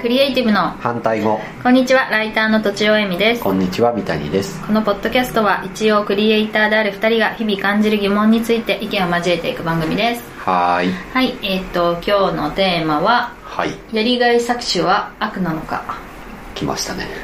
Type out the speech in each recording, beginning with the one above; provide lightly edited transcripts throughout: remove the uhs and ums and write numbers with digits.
クリエイティブの反対語。 こんにちは、ライターのとちおえみです。 こんにちは、三谷です。 このポッドキャストは一応クリエイターである2人が日々感じる疑問について意見を交えていく番組です。 はい。 はい、今日のテーマは、 はい。 やりがい搾取は悪なのか。 来ましたね。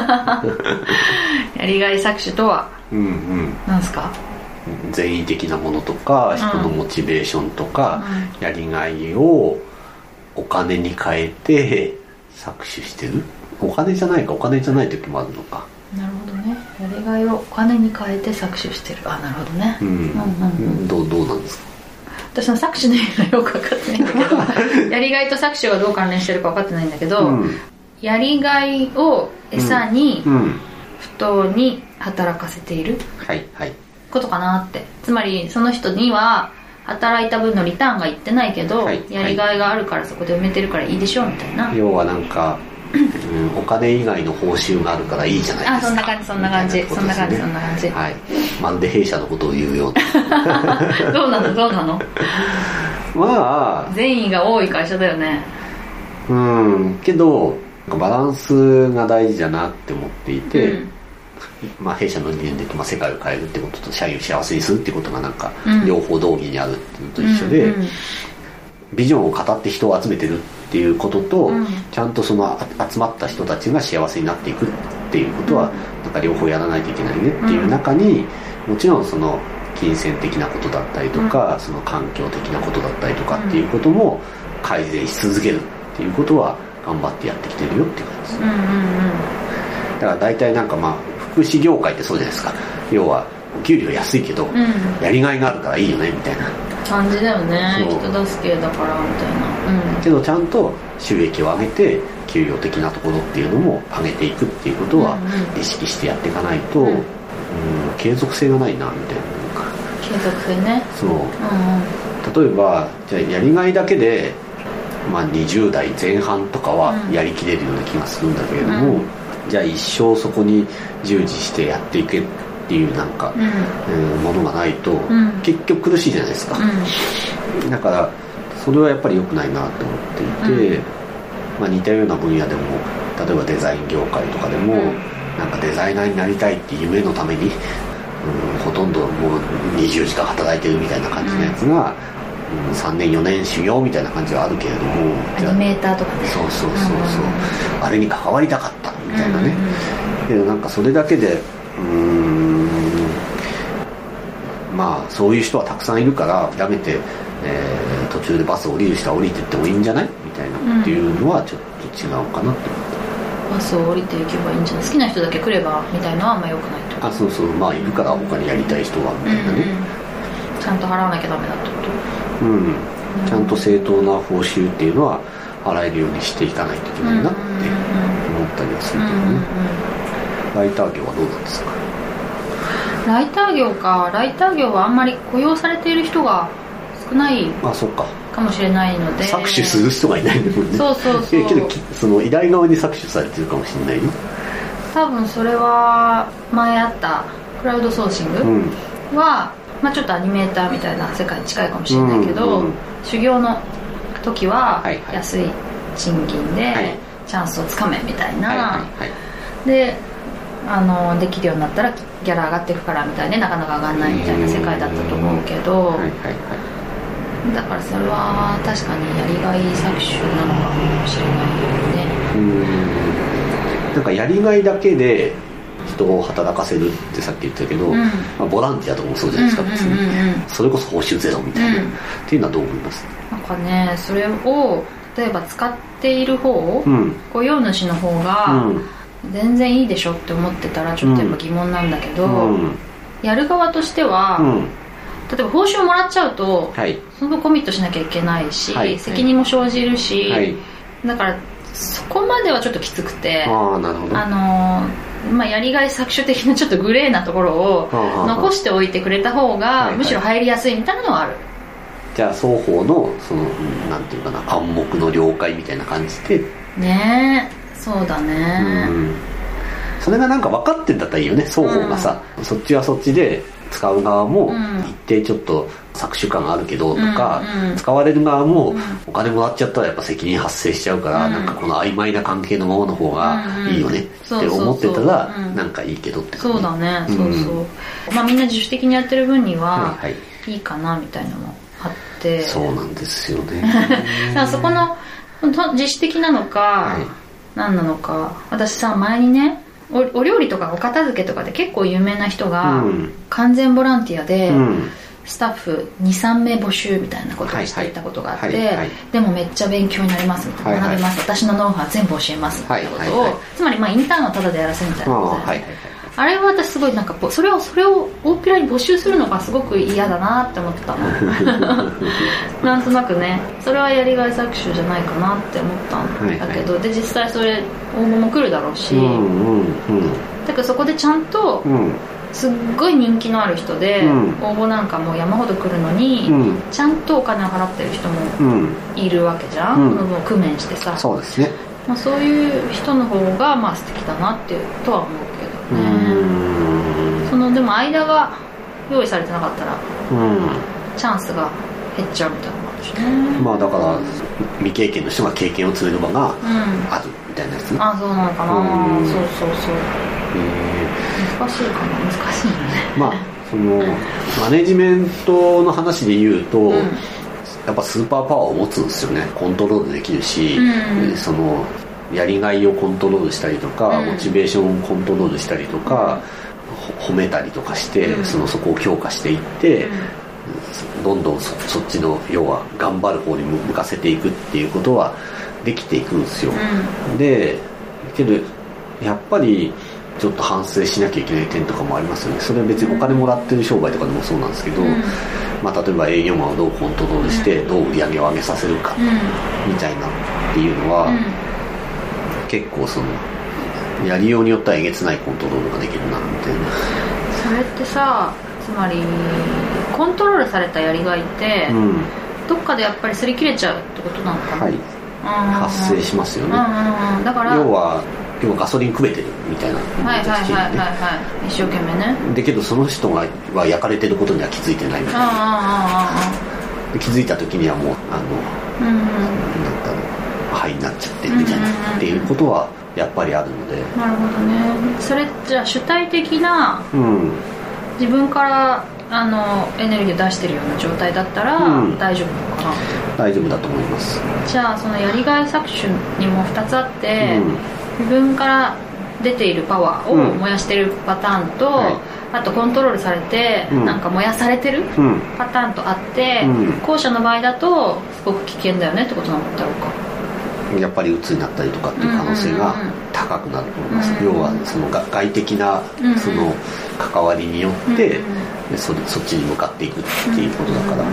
やりがい搾取とは何すか？ 善意的なものとか、人のモチベーションとか、やりがいをお金に変えて搾取してる。お金じゃないか、お金じゃない時もあるのか。 なるほどね。やりがいをお金に変えて搾取してる。あ、なるほどね。 どうなんですか？ 私の搾取の意味がよく分かってないんだけどやりがいと搾取がどう関連してるか分かってないんだけど、やりがいを餌に不当に働かせていることかなって。つまりその人には働いた分のリターンがいってないけど、やりがいがあるからそこで埋めてるからいいでしょみたいな。 要はなんかお金以外の報酬があるからいいじゃないですか。 そんな感じ。 はい。まるで弊社のことを言うような。 どうなのまあ善意が多い会社だよね。 けどバランスが大事だなって思っていて、まあ弊社の理念で世界を変えるってことと社員を幸せにするってことがなんか両方同義にあるっていうのと一緒で、ビジョンを語って人を集めてるっていうことと、ちゃんとその集まった人たちが幸せになっていくっていうことはなんか両方やらないといけないねっていう中に、もちろんその金銭的なことだったりとか、その環境的なことだったりとかっていうことも改善し続けるっていうことは頑張ってやってきてるよっていう感じです。だから大体なんかまあ福祉業界ってそうじゃないですか。要はお給料安いけど、やりがいがあるからいいよねみたいな感じだよね。人助けだからみたいな、 けどちゃんと収益を上げて給料的なところっていうのも上げていくっていうことは意識してやっていかないと、継続性がないなみたいな。 継続性ね。 そう、例えばじゃあやりがいだけで、20代前半とかはやりきれるような気がするんだけれども、じゃあ一生そこに従事してやっていけっていうなんか、ものがないと、結局苦しいじゃないですか、だからそれはやっぱり良くないなと思っていて、似たような分野でも例えばデザイン業界とかでも、なんかデザイナーになりたいっていう夢のために、ほとんどもう20時間働いてるみたいな感じのやつが、3年4年修行みたいな感じはあるけれども、 アニメーターとかね。 そう、あれに関わりたかったみたいなね、けどなんかそれだけでそういう人はたくさんいるからやめて、途中でバス降りる人は降りてってもいいんじゃないみたいなっていうのはちょっと違うかなって。 バスを降りていけばいいんじゃない、好きな人だけ来ればみたいなのはあんま良くないと。 いるから他にやりたい人はみたいなね、 ちゃんと払わなきゃダメだってこと。 ちゃんと正当な報酬っていうのは払えるようにしていかないといけないなって思ったりはするけどね。ライター業はどうなんですか？ ライター業はあんまり雇用されている人が少ないかもしれないので、 搾取する人がいないんだもんね。そうけどその依頼側に搾取されてるかもしれないよ。 多分それは前あったクラウドソーシングは、ちょっとアニメーターみたいな世界に近いかもしれないけど、修行の時は安い賃金でチャンスをつかめみたいな、でできるようになったらギャラ上がっていくからみたいな、なかなか上がんないみたいな世界だったと思うけど、だからそれは確かにやりがい搾取なのかもしれないよね。 なんかやりがいだけで人を働かせるってさっき言ったけど、ボランティアとかもそうじゃないですか、別にそれこそ報酬ゼロみたいな、っていうのはどう思います？ なんかね、それを例えば使っている方、雇用主の方が、全然いいでしょって思ってたらちょっとやっぱ疑問なんだけど、やる側としては、例えば報酬をもらっちゃうと、その分コミットしなきゃいけないし、責任も生じるし、だからそこまではちょっときつくて、やりがい搾取的なちょっとグレーなところを残しておいてくれた方がむしろ入りやすいみたいなのはある。 じゃあ双方のそのなんていうかな、暗黙の了解みたいな感じでね。そうだね、 それがなんか分かってんだったらいいよね、双方がさ、そっちはそっちで使う側も一定ちょっと搾取感があるけどとか、使われる側もお金もらっちゃったらやっぱ責任発生しちゃうから、なんかこの曖昧な関係のままの方がいいよねって思ってたらなんかいいけどって感じ。そうだね、そうそう、まあみんな自主的にやってる分にはいいかなみたいなのもあって、 そうなんですよね。 だからそこの自主的なのか何なのか、私さ前にねお料理とかお片付けとかで結構有名な人が完全ボランティアでスタッフ 2,3 名募集みたいなことをしていたことがあって、でもめっちゃ勉強になりますみたいな、学べます、私のノウハウ全部教えますみたいなことを、つまりまあインターンをタダでやらせるみたいなことだよね。あれは私すごいなんかそれを大っぴらに募集するのがすごく嫌だなって思ってたのなんとなくね、それはやりがい搾取じゃないかなって思ったんだけど、で実際それ応募も来るだろうし、だからそこでちゃんとすっごい人気のある人で、応募なんかもう山ほど来るのに、ちゃんとお金を払ってる人もいるわけじゃん、もう工面してさ。 そうですね、 まあ、そういう人の方がまあ素敵だなっていうとは思うけどね。でも間が用意されてなかったら、チャンスが減っちゃうみたいなのもあるしね。 まあだから未経験の人が経験を積める場があるみたいなやつね。 あ、そうなのかな、そう難しいかな、難しいよね。 まあそのマネジメントの話で言うと、やっぱスーパーパワーを持つんですよね。コントロールできるし、そのやりがいをコントロールしたりとか、モチベーションをコントロールしたりとか、褒めたりとかして、そこを強化していって、どんどんそっちの要は頑張る方に向かせていくっていうことはできていくんですよ。でけどやっぱりちょっと反省しなきゃいけない点とかもありますよね。それは別にお金もらってる商売とかでもそうなんですけど、まあ、例えば営業マンをどうコントロールしてどう売り上げを上げさせるかみたいなっていうのは、結構そのやりようによってはえげつないコントロールができるなみたいな。 それってさ、つまりコントロールされたやりがいって、どっかでやっぱり擦り切れちゃうってことなのかな。 発生しますよね。 だから要はガソリンくべてるみたいな、 一生懸命ね。 だけどその人は焼かれてることには気づいてないみたいな。気づいた時にはもう灰になっちゃってみたいなっていうことはやっぱりあるので。 なるほどね。それじゃあ主体的な、自分からエネルギーを出してるような状態だったら大丈夫なのかな。 大丈夫だと思います。 じゃあそのやりがい搾取にも2つあって、自分から出ているパワーを燃やしてるパターンと、あとコントロールされてなんか燃やされてるパターンとあって、後者の場合だとすごく危険だよねってことなんだろうか。 やっぱり鬱になったりとかっていう可能性が高くなると思います。要はその外的なその関わりによってそっちに向かっていくっていうことだから。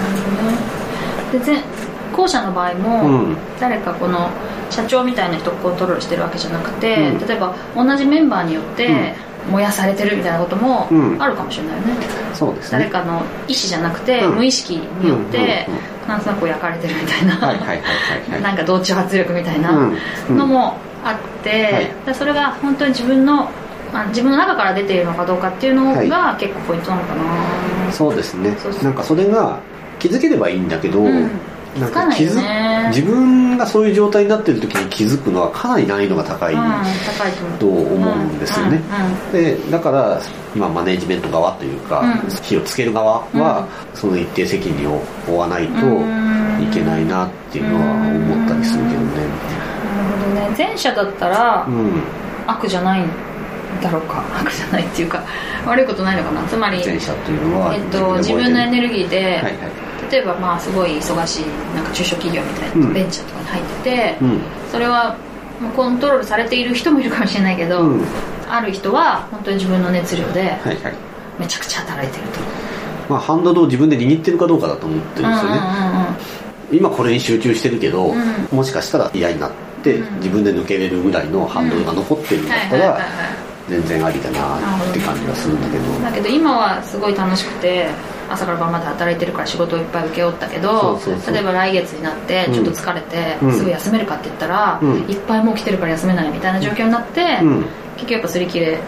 で後者の場合も、誰かこの社長みたいな人をコントロールしてるわけじゃなくて、例えば同じメンバーによって燃やされてるみたいなこともあるかもしれないよね。 そうですね。 誰かの意思じゃなくて、無意識によってなんとなく焼かれてるみたいな、なんか同調圧力みたいなのもあって、それが本当に自分の中から出ているのかどうかっていうのが結構ポイントなのかな。 そうですね。なんかそれが気づければいいんだけど、なんか自分がそういう状態になっている時に気づくのはかなり難易度が高いと思うんですよね。でだから今マネジメント側というか、火をつける側はその一定責任を負わないといけないなっていうのは思ったりするけどね。 なるほどね。前者だったら悪じゃないんだろうか。悪じゃないっていうか悪いことないのかな。つまり前者というのは、 自分のエネルギーで、例えばまあすごい忙しいなんか中小企業みたいなベンチャーとかに入ってて、それはコントロールされている人もいるかもしれないけど、ある人は本当に自分の熱量でめちゃくちゃ働いてると、 まあ、ハンドルを自分で握ってるかどうかだと思ってるんですよね。今これに集中してるけど、もしかしたら嫌になって自分で抜けれるぐらいのハンドルが残ってるんだったら全然ありだなって感じがするんだけど、 だけど今はすごい楽しくて朝から晩まで働いてるから仕事をいっぱい請け負ったけど、例えば来月になってちょっと疲れてすぐ休めるかって言ったら、いっぱいもう来てるから休めないみたいな状況になって、結局やっぱ擦り切れ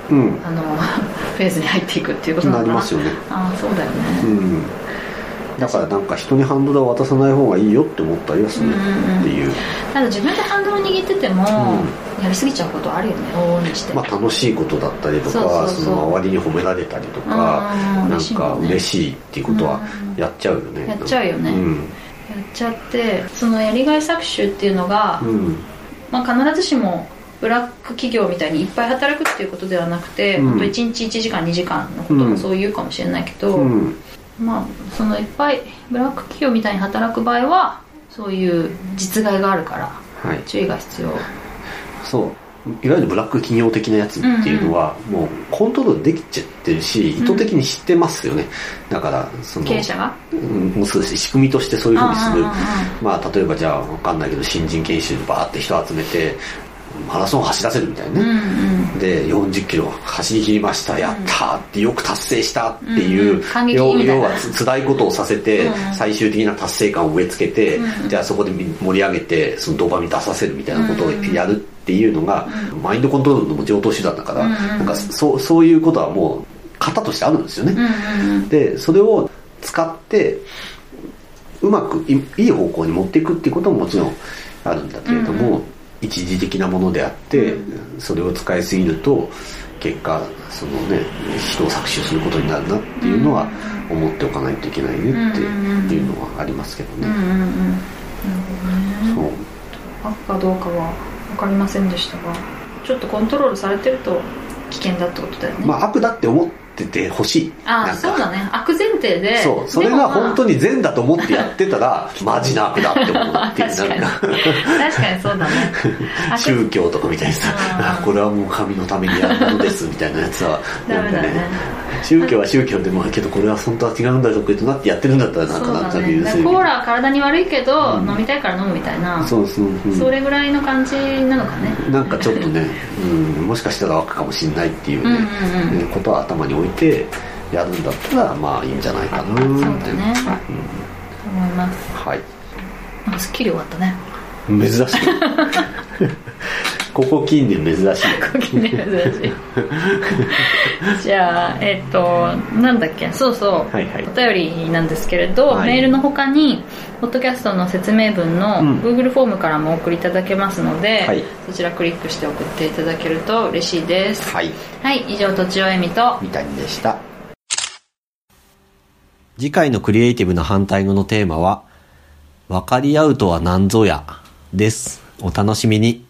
フェーズに入っていくっていうことなのかな。 なりますよね。 そうだよね、 だからなんか人にハンドルを渡さない方がいいよって思ったりはするっていう、 ただ自分でハンドル握ってても、やりすぎちゃうことあるよね、往々にして。 楽しいことだったりとか、その周りに褒められたりとか、なんか嬉しいっていうことはやっちゃうよね。 やっちゃうよね、やっちゃって、そのやりがい搾取っていうのが、必ずしもブラック企業みたいにいっぱい働くっていうことではなくて、本当1日1時間2時間のこともそう言うかもしれないけど、そのいっぱいブラック企業みたいに働く場合はそういう実害があるから注意が必要、 そういわゆるブラック企業的なやつっていうのは、もうコントロールできちゃってるし、意図的に知ってますよね。だからその経営者が、 もうそうです。仕組みとしてそういうふうにする。例えばじゃあ分かんないけど、新人研修でバーって人集めてマラソン走らせるみたいなね、で40キロ走り切りました、やったーってよく達成したっていう、要は辛いことをさせて、最終的な達成感を植え付けて、じゃあそこで盛り上げてそのドーパミン出させるみたいなことをやるっていうのが、マインドコントロールの上等手段だから、なんかそういうことはもう型としてあるんですよね。でそれを使ってうまくいい方向に持っていくっていうことももちろんあるんだけれども、一時的なものであって、それを使いすぎると結果そのね、人を搾取することになるなっていうのは思っておかないといけないねっていうのはありますけどね。そう悪かどうかは分かりませんでしたが、ちょっとコントロールされてると危険だってことだよね。 悪だって思っててほしい。 そうだね、悪前提で。 それが本当に善だと思ってやってたらマジな悪だって思うっていう確かにそうだね宗教とかみたいにさ、これはもう神のためにやるものですみたいなやつはなんかね、宗教は宗教でもあるけど、これは本当は違うんだとかなってやってるんだったらなんとなく許せる。 コーラは体に悪いけど、飲みたいから飲むみたいな、それぐらいの感じなのかね。 なんかちょっとね、もしかしたら悪かもしれないっていうね、ことは頭に置いてやるんだったらいいんじゃないかなって。そうだね、 思います。 はい。 すっきり終わったね。 珍しいここ近年珍しいじゃあなんだっけ、そうそう、お便りなんですけれど、メールの他にポッドキャストの説明文の Google フォームからもお送りいただけますので、そちらクリックして送っていただけると嬉しいです。はい、以上、とちおえみと三谷でした。次回のクリエイティブな反対語のテーマは分かり合うとは何ぞやです。お楽しみに。